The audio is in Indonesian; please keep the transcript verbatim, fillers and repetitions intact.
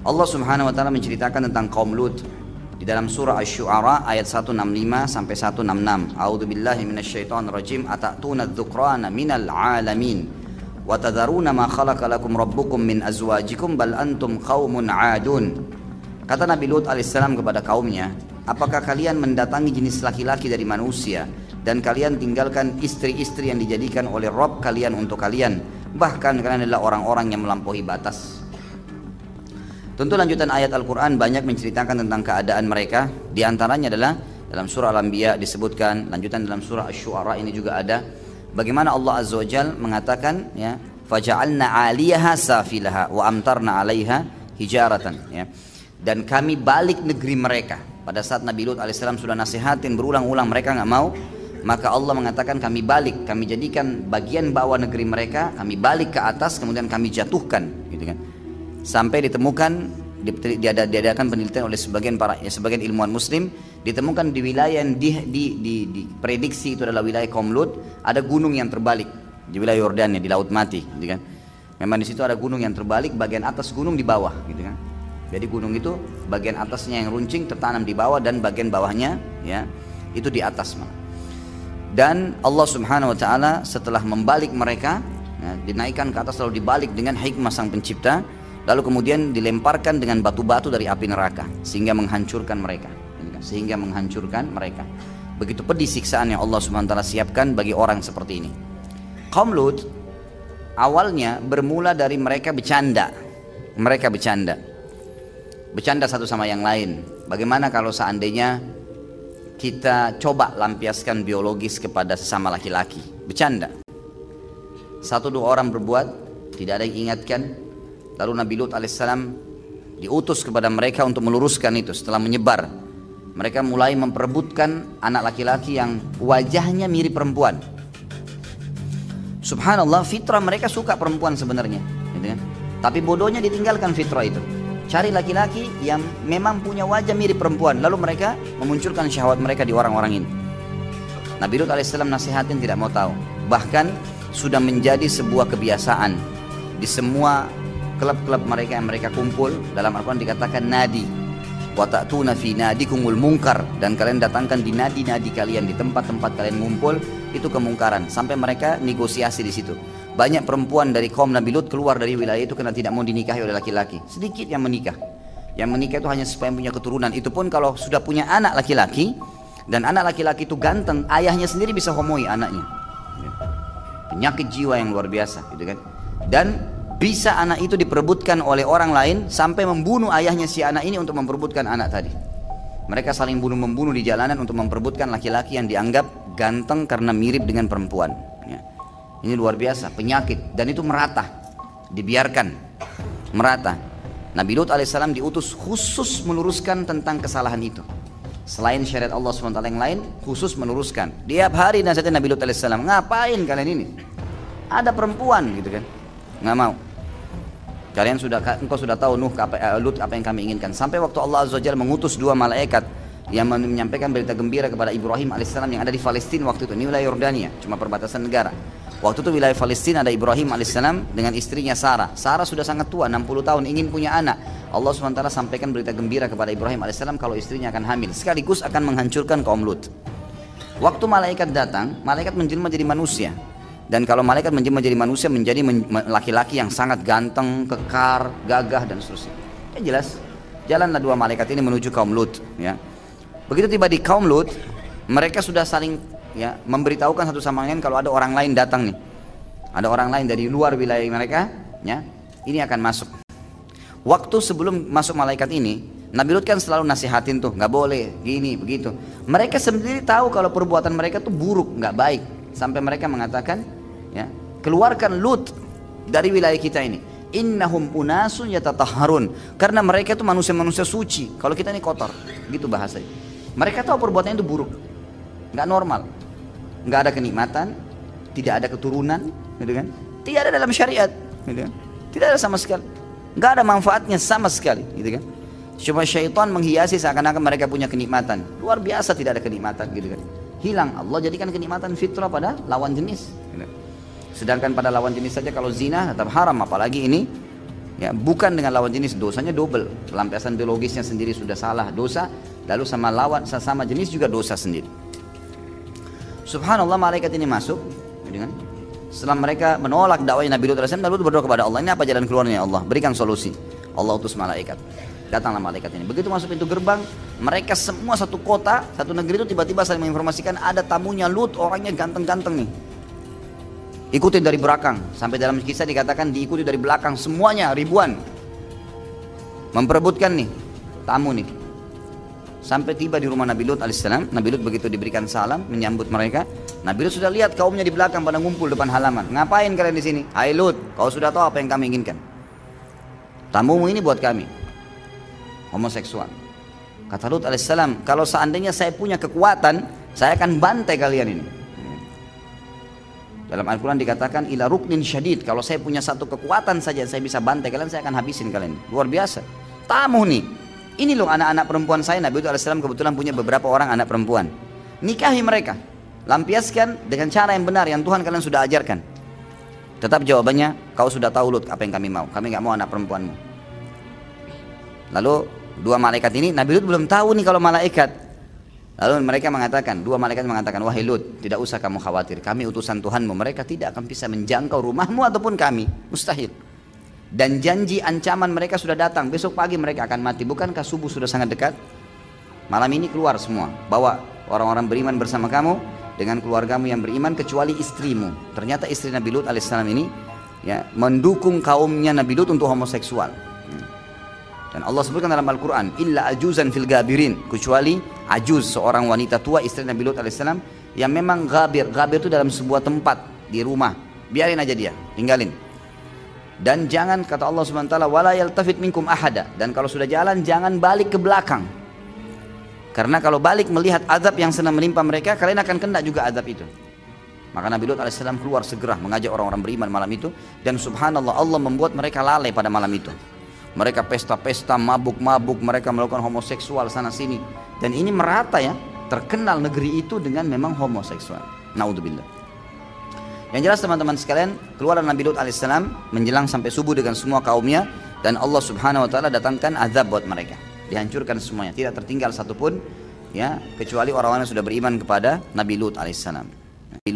Allah Subhanahu wa taala menceritakan tentang kaum Lut di dalam surah Asy-Syu'ara ayat seratus enam puluh lima sampai seratus enam puluh enam. A'udzubillahi minasyaitonir rajim. Atatuna adz-dzukrana minal 'alamin wa tadharuna ma khalaqa lakum rabbukum min azwajikum bal antum qaumun 'adun. Kata Nabi Lut alaihissalam kepada kaumnya, apakah kalian mendatangi jenis laki-laki dari manusia dan kalian tinggalkan istri-istri yang dijadikan oleh Rabb kalian untuk kalian, bahkan kalian adalah orang-orang yang melampaui batas. Tentu lanjutan ayat Al-Quran banyak menceritakan tentang keadaan mereka. Di antaranya adalah dalam surah Al-Anbiya disebutkan, lanjutan dalam surah Asy-Syu'ara ini juga ada, bagaimana Allah Azza wa Jalla mengatakan, ya, faja'alna 'aliyaha safilaha wa amtarna 'alaiha hijaratan, ya. Dan kami balik negeri mereka. Pada saat Nabi Lut alaihissalam sudah nasihatin berulang-ulang, mereka nggak mau, maka Allah mengatakan kami balik, kami jadikan bagian bawah negeri mereka, kami balik ke atas, kemudian kami jatuhkan, gitu kan. Sampai ditemukan, diadakan penelitian oleh sebagian para ya, sebagian ilmuwan Muslim, ditemukan di wilayah yang di, di, di, di prediksi itu adalah wilayah kaum Lut, ada gunung yang terbalik di wilayah Yordania, di Laut Mati, gitu kan. Memang di situ ada gunung yang terbalik, bagian atas gunung di bawah, gitu kan. Jadi gunung itu bagian atasnya yang runcing tertanam di bawah dan bagian bawahnya, ya, itu di atas malah. Dan Allah Subhanahu wa taala setelah membalik mereka, ya, dinaikkan ke atas lalu dibalik dengan hikmah Sang Pencipta, lalu kemudian dilemparkan dengan batu-batu dari api neraka sehingga menghancurkan mereka, sehingga menghancurkan mereka. Begitu pedih siksaan yang Allah Subhanahu wa taala siapkan bagi orang seperti ini. Kaum Lut awalnya bermula dari mereka bercanda. Mereka bercanda. Bercanda satu sama yang lain. Bagaimana kalau seandainya kita coba lampiaskan biologis kepada sesama laki-laki? Bercanda. Satu dua orang berbuat, tidak ada yang ingatkan. Lalu Nabi Lut alaihissalam diutus kepada mereka untuk meluruskan itu. Setelah menyebar, mereka mulai memperebutkan anak laki-laki yang wajahnya mirip perempuan. Subhanallah, fitrah mereka suka perempuan sebenarnya, gitu kan? Tapi bodohnya ditinggalkan fitrah itu. Cari laki-laki yang memang punya wajah mirip perempuan, lalu mereka memunculkan syahwat mereka di orang-orang ini. Nabi Lut alaihissalam nasihatin tidak mau tahu. Bahkan sudah menjadi sebuah kebiasaan di semua klub-klub mereka yang mereka kumpul. Dalam Al-Quran dikatakan nadi wa ta'tuna fi nadikumul munkar, dan kalian datangkan di nadi-nadi kalian, di tempat-tempat kalian ngumpul itu kemungkaran, sampai mereka negosiasi di situ. Banyak perempuan dari kaum Nabi Lut keluar dari wilayah itu karena tidak mau dinikahi oleh laki-laki. Sedikit yang menikah. Yang menikah itu hanya supaya punya keturunan. Itu pun kalau sudah punya anak laki-laki, dan anak laki-laki itu ganteng, ayahnya sendiri bisa homoi anaknya. Penyakit jiwa yang luar biasa, gitu kan. Dan bisa anak itu diperebutkan oleh orang lain sampai membunuh ayahnya si anak ini untuk memperebutkan anak tadi. Mereka saling bunuh-membunuh di jalanan untuk memperebutkan laki-laki yang dianggap ganteng karena mirip dengan perempuan. Ya. Ini luar biasa, penyakit, dan itu merata, dibiarkan merata. Nabi Lut alaihissalam diutus khusus meluruskan tentang kesalahan itu. Selain syariat Allah subhanahu wa taala yang lain, khusus meluruskan. Tiap hari nasihatnya Nabi Lut alaihissalam, ngapain kalian ini? Ada perempuan, gitu kan? Nggak mau. Kalian sudah, engkau sudah tahu Nuh, apa, Lut apa yang kami inginkan. Sampai waktu Allah Azza wa Jalla mengutus dua malaikat yang menyampaikan berita gembira kepada Ibrahim alaihissalam yang ada di Palestina waktu itu. Ini wilayah Yordania, cuma perbatasan negara. Waktu itu wilayah Palestina ada Ibrahim alaihissalam dengan istrinya Sarah. Sarah sudah sangat tua, enam puluh tahun, ingin punya anak. Allah subhanahu wa taala sampaikan berita gembira kepada Ibrahim alaihissalam kalau istrinya akan hamil, sekaligus akan menghancurkan kaum Lut. Waktu malaikat datang, malaikat menjelma jadi manusia. Dan kalau malaikat menjelma jadi manusia, menjadi laki-laki yang sangat ganteng, kekar, gagah, dan seterusnya. Ya jelas, jalanlah dua malaikat ini menuju kaum Lut. Ya. Begitu tiba di kaum Lut, mereka sudah saling, ya, memberitahukan satu sama lain kalau ada orang lain datang nih, ada orang lain dari luar wilayah mereka, ya, ini akan masuk. Waktu sebelum masuk malaikat ini, Nabi Lut kan selalu nasihatin tuh, nggak boleh gini begitu. Mereka sendiri tahu kalau perbuatan mereka tuh buruk, nggak baik, sampai mereka mengatakan, ya, keluarkan Lut dari wilayah kita ini. Innahum unasun yatatahharun, karena mereka itu manusia-manusia suci, kalau kita ini kotor, gitu bahasanya. Mereka tahu perbuatannya itu buruk, nggak normal, nggak ada kenikmatan, tidak ada keturunan, gitu kan? Tidak ada dalam syariat, gitu kan? Tidak ada sama sekali, nggak ada manfaatnya sama sekali, gitu kan? Cuma syaitan menghiasi seakan-akan mereka punya kenikmatan, luar biasa tidak ada kenikmatan, gitu kan? Hilang, Allah jadikan kenikmatan fitrah pada lawan jenis, gitu. Sedangkan pada lawan jenis saja kalau zina tetap haram, apalagi ini, Ya, bukan dengan lawan jenis, dosanya double. Pelampiasan biologisnya sendiri sudah salah, dosa, lalu sama lawan sesama jenis juga dosa sendiri. Subhanallah, malaikat ini masuk, dengan setelah mereka menolak dakwahnya Nabi Lut alaihissalam, lalu berdoa kepada Allah, ini apa jalan keluarnya ya Allah? Berikan solusi. Allah utus malaikat. Datanglah malaikat ini. Begitu masuk pintu gerbang, mereka semua satu kota, satu negeri itu tiba-tiba saling menginformasikan ada tamunya Lut, orangnya ganteng-ganteng nih. Ikutin dari belakang, sampai dalam kisah dikatakan diikuti dari belakang semuanya ribuan, memperebutkan nih tamu nih, sampai tiba di rumah Nabi Lut alaihissalam. Nabi Lut begitu diberikan salam menyambut mereka, Nabi Lut sudah lihat kaumnya di belakang pada ngumpul depan halaman. Ngapain kalian di sini? Hai Lut, kau sudah tahu apa yang kami inginkan? Tamumu ini buat kami, homoseksual. Kata Lut alaihissalam, kalau seandainya saya punya kekuatan, saya akan bantai kalian ini. Dalam Al-Quran dikatakan ila ruknin syadid, kalau saya punya satu kekuatan saja saya bisa bantai kalian, saya akan habisin kalian. Luar biasa. Tamu nih, ini loh anak-anak perempuan saya. Nabi Alaihissalam kebetulan punya beberapa orang anak perempuan. Nikahi mereka, lampiaskan dengan cara yang benar yang Tuhan kalian sudah ajarkan. Tetap jawabannya, kau sudah tahu Lut apa yang kami mau, kami gak mau anak perempuanmu. Lalu dua malaikat ini, Nabi Lut belum tahu nih kalau malaikat. Lalu mereka mengatakan, dua malaikat mengatakan, wahai Lut, tidak usah kamu khawatir, kami utusan Tuhanmu, mereka tidak akan bisa menjangkau rumahmu ataupun kami, mustahil. Dan janji ancaman mereka sudah datang, besok pagi mereka akan mati. Bukankah subuh sudah sangat dekat? Malam ini keluar semua, bawa orang-orang beriman bersama kamu dengan keluargamu yang beriman kecuali istrimu. Ternyata istri Nabi Lut alaihissalam ini ya, mendukung kaumnya Nabi Lut untuk homoseksual. Dan Allah sebutkan dalam Al-Quran, illa ajuzan fil gabirin, kecuali ajuz, seorang wanita tua istri Nabi Lut alaihissalam yang memang gabir. Gabir itu dalam sebuah tempat di rumah, biarin aja dia, tinggalin. Dan jangan, kata Allah subhanahu wa taala, wala yaltafit minkum ahada, dan kalau sudah jalan jangan balik ke belakang, karena kalau balik melihat azab yang sedang menimpa mereka, kalian akan kena juga azab itu. Maka Nabi Lut alaihissalam keluar segera mengajak orang-orang beriman malam itu, dan subhanallah Allah membuat mereka lalai pada malam itu. Mereka pesta-pesta, mabuk-mabuk, mereka melakukan homoseksual sana sini, dan ini merata ya, terkenal negeri itu dengan memang homoseksual. Naudzubillah. Yang jelas teman-teman sekalian, keluar Nabi Lut alaihissalam menjelang sampai subuh dengan semua kaumnya, dan Allah subhanahu wa taala datangkan azab buat mereka, dihancurkan semuanya, tidak tertinggal satupun ya, kecuali orang-orang yang sudah beriman kepada Nabi Lut alaihissalam.